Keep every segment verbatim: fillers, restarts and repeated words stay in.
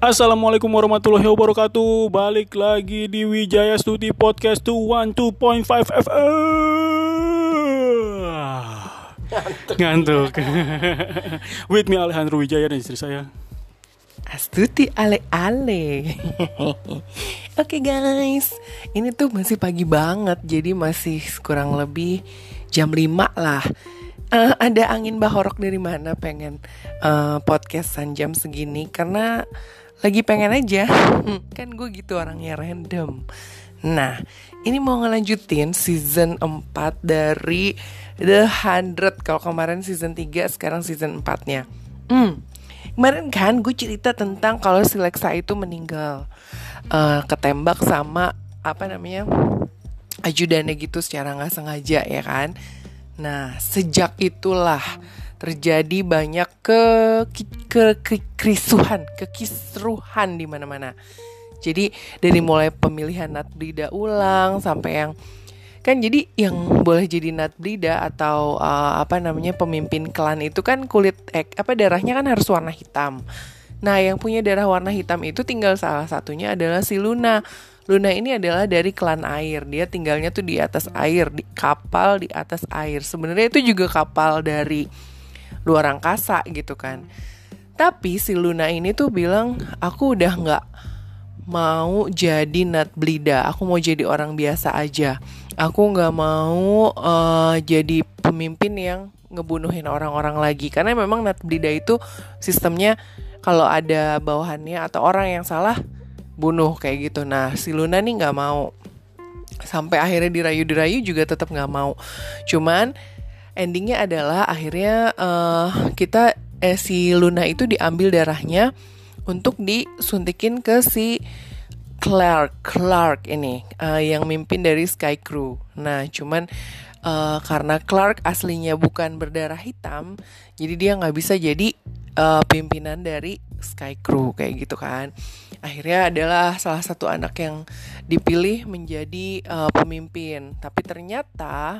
Assalamualaikum warahmatullahi wabarakatuh. Balik lagi di Wijaya Stuti Podcast dua puluh dua koma lima F M. Ngantuk. With me Alejandro Wijaya dan istri saya Astuti ale-ale. Oke guys, ini tuh masih pagi banget, jadi masih kurang lebih jam lima lah. Uh, ada angin bahorok dari mana pengen uh, podcastan jam segini? Karena lagi pengen aja. Kan gue gitu orangnya random. Nah, ini mau ngelanjutin season empat dari The Hundred. Kalau kemarin season tiga, sekarang season empat-nya. Hmm. Kemarin kan gue cerita tentang kalau si Lexa itu meninggal, uh, ketembak sama apa namanya ajudannya gitu secara nggak sengaja ya kan. Nah sejak itulah terjadi banyak ke ke kerisuhan, kekisruhan di mana-mana. Jadi dari mulai pemilihan Natbrida ulang sampai yang kan jadi yang boleh jadi Natbrida atau uh, apa namanya pemimpin klan itu kan kulit eh, apa darahnya kan harus warna hitam. Nah, yang punya darah warna hitam itu tinggal salah satunya adalah si Luna. Luna ini adalah dari klan air. Dia tinggalnya tuh di atas air, di kapal di atas air. Sebenarnya itu juga kapal dari luar angkasa gitu kan. Tapi si Luna ini tuh bilang, aku udah nggak mau jadi Natbrida, aku mau jadi orang biasa aja. Aku nggak mau uh, jadi pemimpin yang ngebunuhin orang-orang lagi. Karena memang Natbrida itu sistemnya kalau ada bawahannya atau orang yang salah bunuh kayak gitu. Nah si Luna nih nggak mau. Sampai akhirnya dirayu-dirayu juga tetap nggak mau. Cuman endingnya adalah akhirnya uh, kita eh, si Luna itu diambil darahnya untuk disuntikin ke si Clark, Clark ini uh, yang mimpin dari Sky Crew. Nah, cuman uh, karena Clark aslinya bukan berdarah hitam, jadi dia nggak bisa jadi uh, pimpinan dari Sky Crew kayak gitu kan. Akhirnya adalah salah satu anak yang dipilih menjadi uh, pemimpin. Tapi ternyata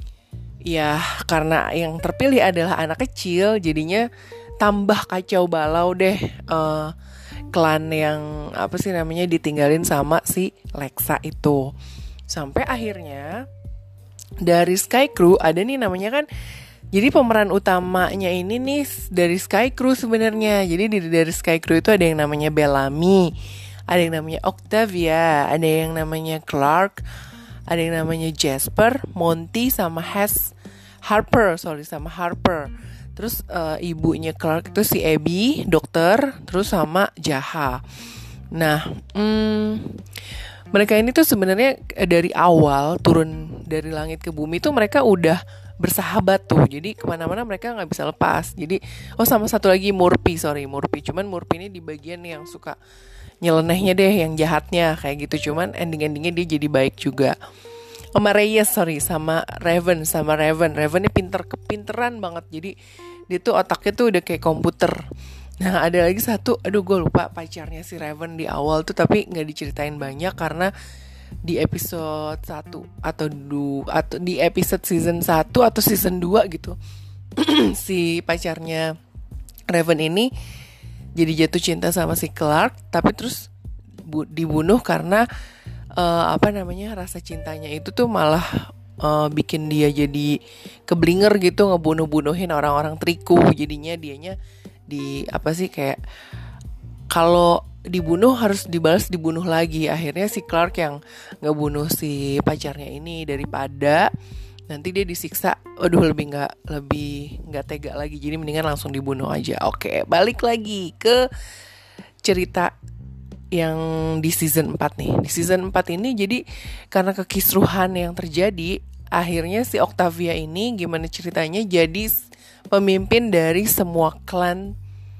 ya karena yang terpilih adalah anak kecil, jadinya tambah kacau balau deh. Uh, klan yang apa sih namanya ditinggalin sama si Lexa itu. Sampai akhirnya dari Sky Crew ada nih namanya kan. Jadi pemeran utamanya ini nih dari Sky Crew sebenarnya. Jadi dari, dari Sky Crew itu ada yang namanya Bellamy, ada yang namanya Octavia, ada yang namanya Clark, ada yang namanya Jasper, Monty sama Has Harper, sorry sama Harper. Terus uh, ibunya Clark itu si Abby, dokter, terus sama Jaha. Nah, hmm, mereka ini tuh sebenarnya dari awal turun dari langit ke bumi tuh mereka udah bersahabat tuh. Jadi kemana-mana mereka nggak bisa lepas. Jadi, oh sama satu lagi Murphy, sorry Murphy. Cuman Murphy ini di bagian yang suka nyelenehnya deh, yang jahatnya kayak gitu. Cuman ending-endingnya dia jadi baik juga. Sama Reyes, sorry, sama Raven, sama Raven. Raven ini pinter, kepinteran banget. Jadi dia tuh otaknya tuh udah kayak komputer. Nah ada lagi satu, aduh gue lupa pacarnya si Raven di awal tuh, tapi gak diceritain banyak karena di episode satu atau du, atau di episode season satu atau season dua gitu. Si pacarnya Raven ini jadi jatuh cinta sama si Clark, tapi terus bu, dibunuh karena Uh, apa namanya rasa cintanya itu tuh malah uh, bikin dia jadi keblinger gitu, ngebunuh-bunuhin orang-orang Triku. Jadinya dianya di apa sih kayak kalau dibunuh harus dibalas dibunuh lagi. Akhirnya si Clark yang ngebunuh si pacarnya ini daripada nanti dia disiksa. Aduh lebih nggak lebih nggak tega lagi. Jadi mendingan langsung dibunuh aja. Oke, balik lagi ke cerita yang di season empat nih. Di season empat ini jadi karena kekisruhan yang terjadi, akhirnya si Octavia ini gimana ceritanya jadi pemimpin dari semua klan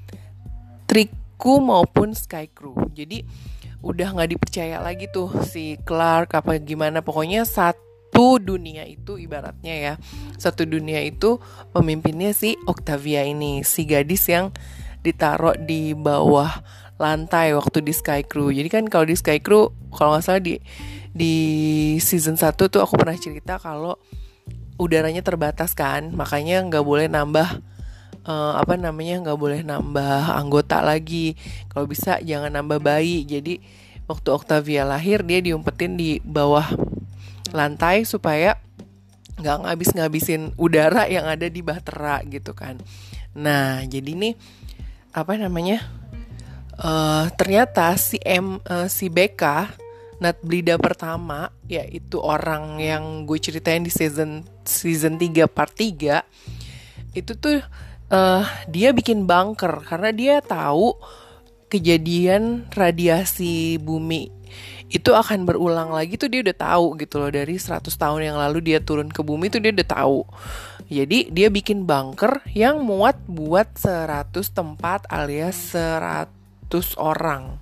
Triku maupun Sky Crew. Jadi udah gak dipercaya lagi tuh si Clark apa gimana. Pokoknya satu dunia itu ibaratnya ya, satu dunia itu pemimpinnya si Octavia ini, si gadis yang ditaruh di bawah lantai waktu di Sky Crew. Jadi kan kalau di Sky Crew, kalau nggak salah di di season satu tuh aku pernah cerita kalau udaranya terbatas kan, makanya nggak boleh nambah uh, apa namanya nggak boleh nambah anggota lagi. Kalau bisa jangan nambah bayi. Jadi waktu Octavia lahir dia diumpetin di bawah lantai supaya nggak ngabis-ngabisin udara yang ada di bahtera gitu kan. Nah jadi nih apa namanya uh, ternyata si M uh, si B K Nutblida pertama, yaitu orang yang gue ceritain di season season tiga part tiga, itu tuh uh, dia bikin bunker karena dia tahu kejadian radiasi bumi itu akan berulang lagi tuh dia udah tahu gitu loh. Dari seratus tahun yang lalu dia turun ke bumi tuh dia udah tahu. Jadi dia bikin bunker yang muat buat seratus tempat alias seratus orang.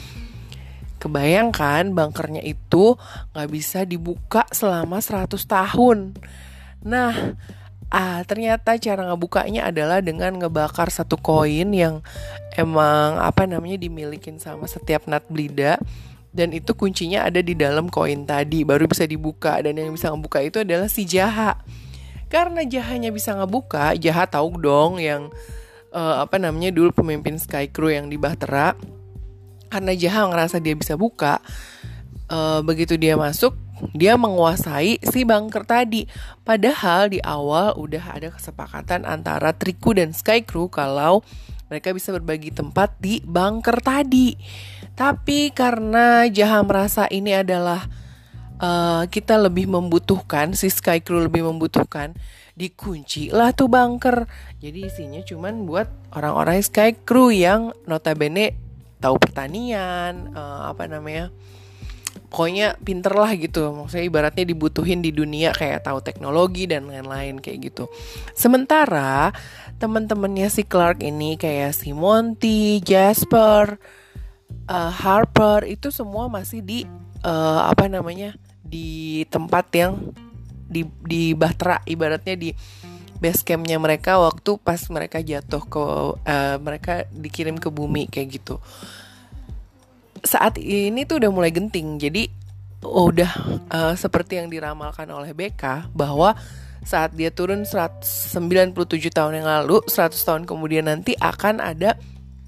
Kebayangkan bunkernya itu gak bisa dibuka selama seratus tahun. Nah, ah ternyata cara ngebukanya adalah dengan ngebakar satu koin yang emang apa namanya dimilikin sama setiap Nutblida. Dan itu kuncinya ada di dalam koin tadi, baru bisa dibuka. Dan yang bisa ngebuka itu adalah si Jaha. Karena Jahanya bisa ngebuka, Jaha tahu dong yang uh, apa namanya dulu pemimpin Sky Crew yang di Bahtera. Karena Jaha ngerasa dia bisa buka, uh, begitu dia masuk, dia menguasai si bunker tadi. Padahal di awal udah ada kesepakatan antara Triku dan Sky Crew kalau mereka bisa berbagi tempat di bunker tadi. Tapi karena Jaha merasa ini adalah uh, kita lebih membutuhkan, si Sky Crew lebih membutuhkan, dikunci lah tuh bunker. Jadi isinya cuman buat orang-orang Sky Crew yang notabene tahu pertanian, uh, apa namanya, pokoknya pinter lah gitu. Maksudnya ibaratnya dibutuhin di dunia kayak tahu teknologi dan lain-lain kayak gitu. Sementara teman-temannya si Clark ini kayak si Monty, Jasper, uh, Harper itu semua masih di uh, apa namanya di tempat yang di di Bahtera, ibaratnya di base campnya mereka waktu pas mereka jatuh ke uh, mereka dikirim ke bumi kayak gitu. Saat ini tuh udah mulai genting. Jadi oh, udah uh, seperti yang diramalkan oleh B K bahwa saat dia turun seratus sembilan puluh tujuh tahun yang lalu, seratus tahun kemudian nanti akan ada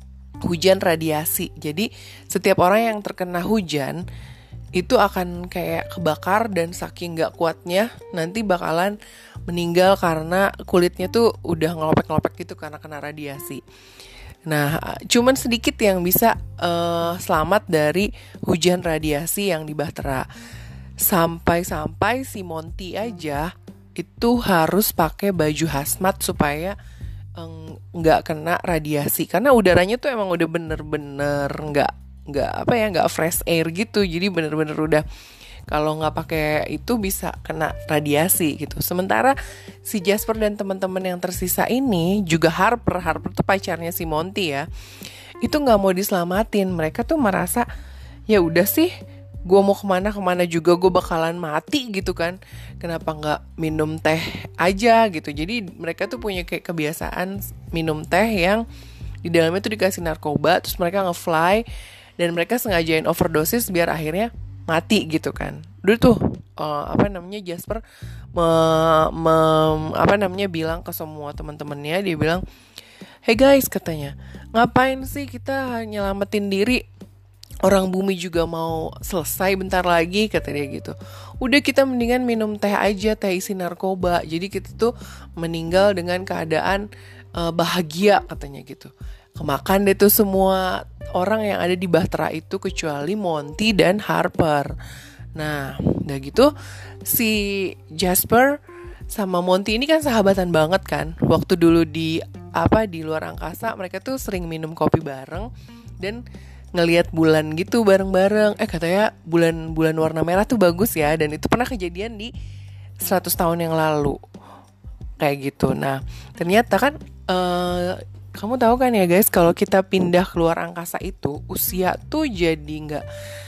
hujan radiasi. Jadi setiap orang yang terkena hujan itu akan kayak kebakar dan saking gak kuatnya nanti bakalan meninggal karena kulitnya tuh udah ngelopek-ngelopek gitu karena kena radiasi. Nah, cuman sedikit yang bisa uh, selamat dari hujan radiasi yang di Bahtera. Sampai-sampai si Monty aja itu harus pakai baju hazmat supaya nggak um, kena radiasi. Karena udaranya tuh emang udah bener-bener nggak nggak apa ya nggak fresh air gitu. Jadi bener-bener udah kalau nggak pakai itu bisa kena radiasi gitu. Sementara si Jasper dan teman-teman yang tersisa ini juga Harper, Harper tuh pacarnya si Monty ya, itu nggak mau diselamatin. Mereka tuh merasa ya udah sih, gue mau kemana kemana juga gue bakalan mati gitu kan. Kenapa nggak minum teh aja gitu. Jadi mereka tuh punya kayak kebiasaan minum teh yang di dalamnya tuh dikasih narkoba, terus mereka nge-fly dan mereka sengajain overdosis biar akhirnya mati gitu kan. Dulu tuh uh, apa namanya Jasper me, me, apa namanya bilang ke semua teman-temannya, dia bilang, "Hey guys," katanya, "ngapain sih kita nyelamatin diri? Orang bumi juga mau selesai bentar lagi," kata dia gitu. "Udah kita mendingan minum teh aja, teh isi narkoba. Jadi kita tuh meninggal dengan keadaan uh, bahagia," katanya gitu. Kemakan deh tuh semua orang yang ada di Bahtera itu kecuali Monty dan Harper. Nah, udah gitu si Jasper sama Monty ini kan sahabatan banget kan. Waktu dulu di apa di luar angkasa mereka tuh sering minum kopi bareng dan ngelihat bulan gitu bareng-bareng. Eh katanya bulan-bulan warna merah tuh bagus ya, dan itu pernah kejadian di seratus tahun yang lalu. Kayak gitu. Nah, ternyata kan uh, kamu tahu kan ya guys, kalau kita pindah keluar angkasa itu usia tuh jadi nggak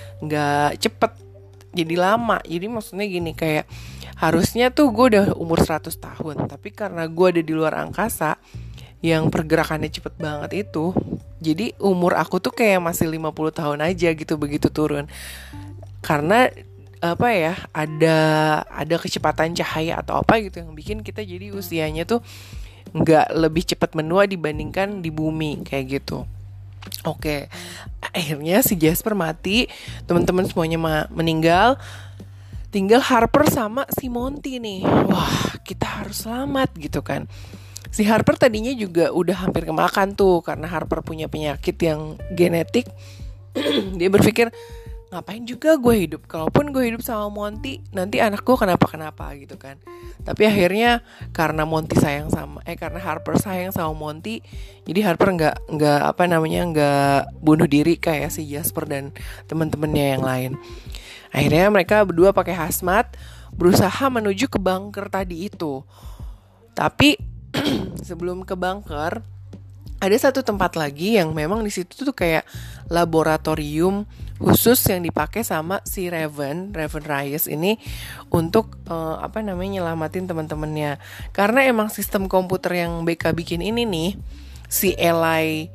nggak cepet, jadi lama. Jadi maksudnya gini, kayak harusnya tuh gue udah umur seratus tahun, tapi karena gue ada di luar angkasa yang pergerakannya cepet banget itu, jadi umur aku tuh kayak masih lima puluh tahun aja gitu begitu turun. Karena apa ya, ada ada kecepatan cahaya atau apa gitu yang bikin kita jadi usianya tuh nggak lebih cepat menua dibandingkan di bumi kayak gitu. Oke, akhirnya si Jasper mati, teman-teman semuanya ma- meninggal. Tinggal Harper sama si Monty nih. Wah, kita harus selamat gitu kan. Si Harper tadinya juga udah hampir kemakan tuh, karena Harper punya penyakit yang genetik. Dia berpikir, ngapain juga gue hidup, kalaupun gue hidup sama Monty nanti anak gue kenapa-kenapa gitu kan. Tapi akhirnya karena Monty sayang sama eh karena Harper sayang sama Monty, jadi Harper nggak nggak apa namanya nggak bunuh diri kayak si Jasper dan teman-temannya yang lain. Akhirnya mereka berdua pakai hazmat berusaha menuju ke bunker tadi itu. Tapi sebelum ke bunker ada satu tempat lagi yang memang di situ tuh kayak laboratorium khusus yang dipakai sama si Raven, Raven Reyes ini untuk uh, apa namanya nyelamatin teman-temannya. Karena emang sistem komputer yang B K bikin ini nih, si Eli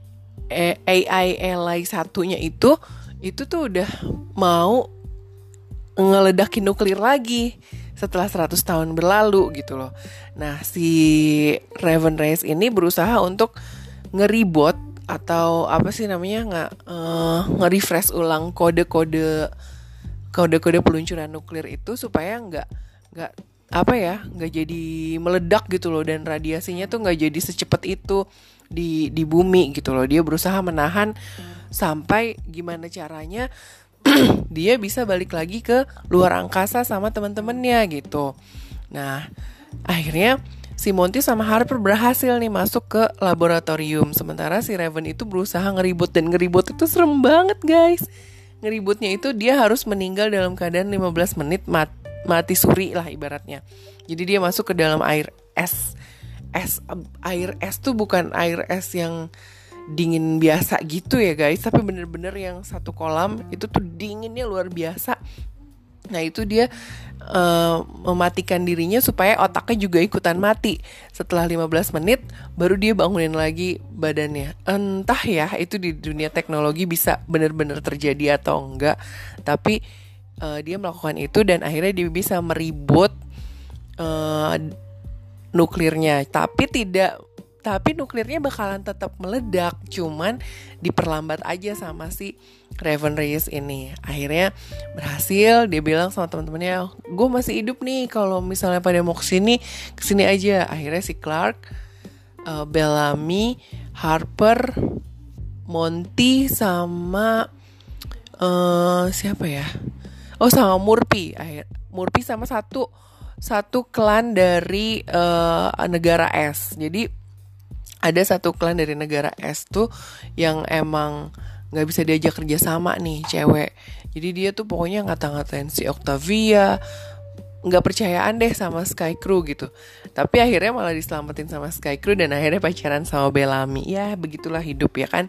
A I Eli satunya itu itu tuh udah mau ngeledakin nuklir lagi setelah seratus tahun berlalu gitu loh. Nah, si Raven Reyes ini berusaha untuk ngeribot atau apa sih namanya nggak uh, nge-refresh ulang kode-kode kode-kode peluncuran nuklir itu supaya nggak nggak apa ya nggak jadi meledak gitu loh, dan radiasinya tuh nggak jadi secepat itu di di bumi gitu loh. Dia berusaha menahan sampai gimana caranya dia bisa balik lagi ke luar angkasa sama teman-temannya gitu. Nah, akhirnya si Monty sama Harper berhasil nih masuk ke laboratorium. Sementara si Raven itu berusaha ngeribut, dan ngeribut itu serem banget guys. Ngeributnya itu dia harus meninggal dalam keadaan lima belas menit mat- mati suri lah ibaratnya. Jadi dia masuk ke dalam air es. Es air es tuh bukan air es yang dingin biasa gitu ya guys, tapi bener-bener yang satu kolam itu tuh dinginnya luar biasa. Nah itu dia uh, mematikan dirinya supaya otaknya juga ikutan mati. Setelah lima belas menit baru dia bangunin lagi badannya. Entah ya itu di dunia teknologi bisa bener-bener terjadi atau enggak, tapi uh, dia melakukan itu dan akhirnya dia bisa meribut uh, nuklirnya. Tapi tidak Tapi nuklirnya bakalan tetap meledak, cuman diperlambat aja sama si Raven Reyes ini. Akhirnya berhasil, dia bilang sama teman-temannya, gue masih hidup nih, kalau misalnya pada mau kesini, kesini aja. Akhirnya si Clark, uh, Bellamy, Harper, Monty, sama uh, siapa ya? Oh sama Murphy. Akhir Murphy sama satu satu klan dari uh, negara es. Jadi ada satu klan dari negara es tuh yang emang gak bisa diajak kerja sama nih, cewek. Jadi dia tuh pokoknya ngata-ngatain si Octavia, gak percayaan deh sama Sky Crew gitu. Tapi akhirnya malah diselamatin sama Sky Crew dan akhirnya pacaran sama Bellamy. Ya begitulah hidup ya kan.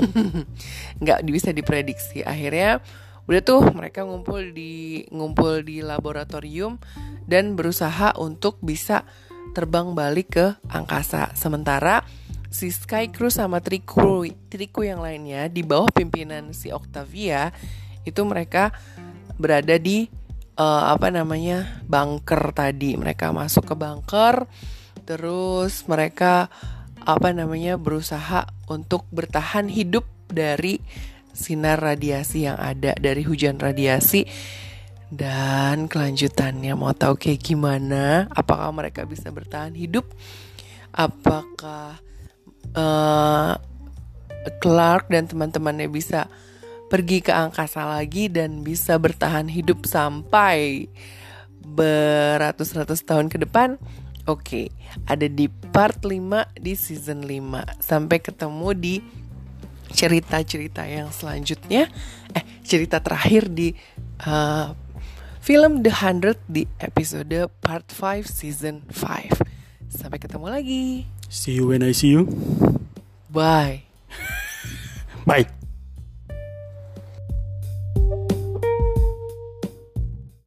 Gak bisa diprediksi. Akhirnya udah tuh mereka ngumpul di ngumpul di laboratorium dan berusaha untuk bisa terbang balik ke angkasa. Sementara si Sky Crew sama Triku, Triku yang lainnya di bawah pimpinan si Octavia itu mereka berada di uh, apa namanya bunker tadi. Mereka masuk ke bunker, terus mereka apa namanya berusaha untuk bertahan hidup dari sinar radiasi yang ada, dari hujan radiasi. Dan kelanjutannya mau tahu kayak gimana? Apakah mereka bisa bertahan hidup? Apakah uh, Clark dan teman-temannya bisa pergi ke angkasa lagi dan bisa bertahan hidup sampai beratus-ratus tahun ke depan? Oke, ada di part lima di season lima. Sampai ketemu di cerita-cerita yang selanjutnya. Eh, cerita terakhir di uh, film The Hundred di episode part lima season lima. Sampai ketemu lagi. See you when I see you. Bye. Bye.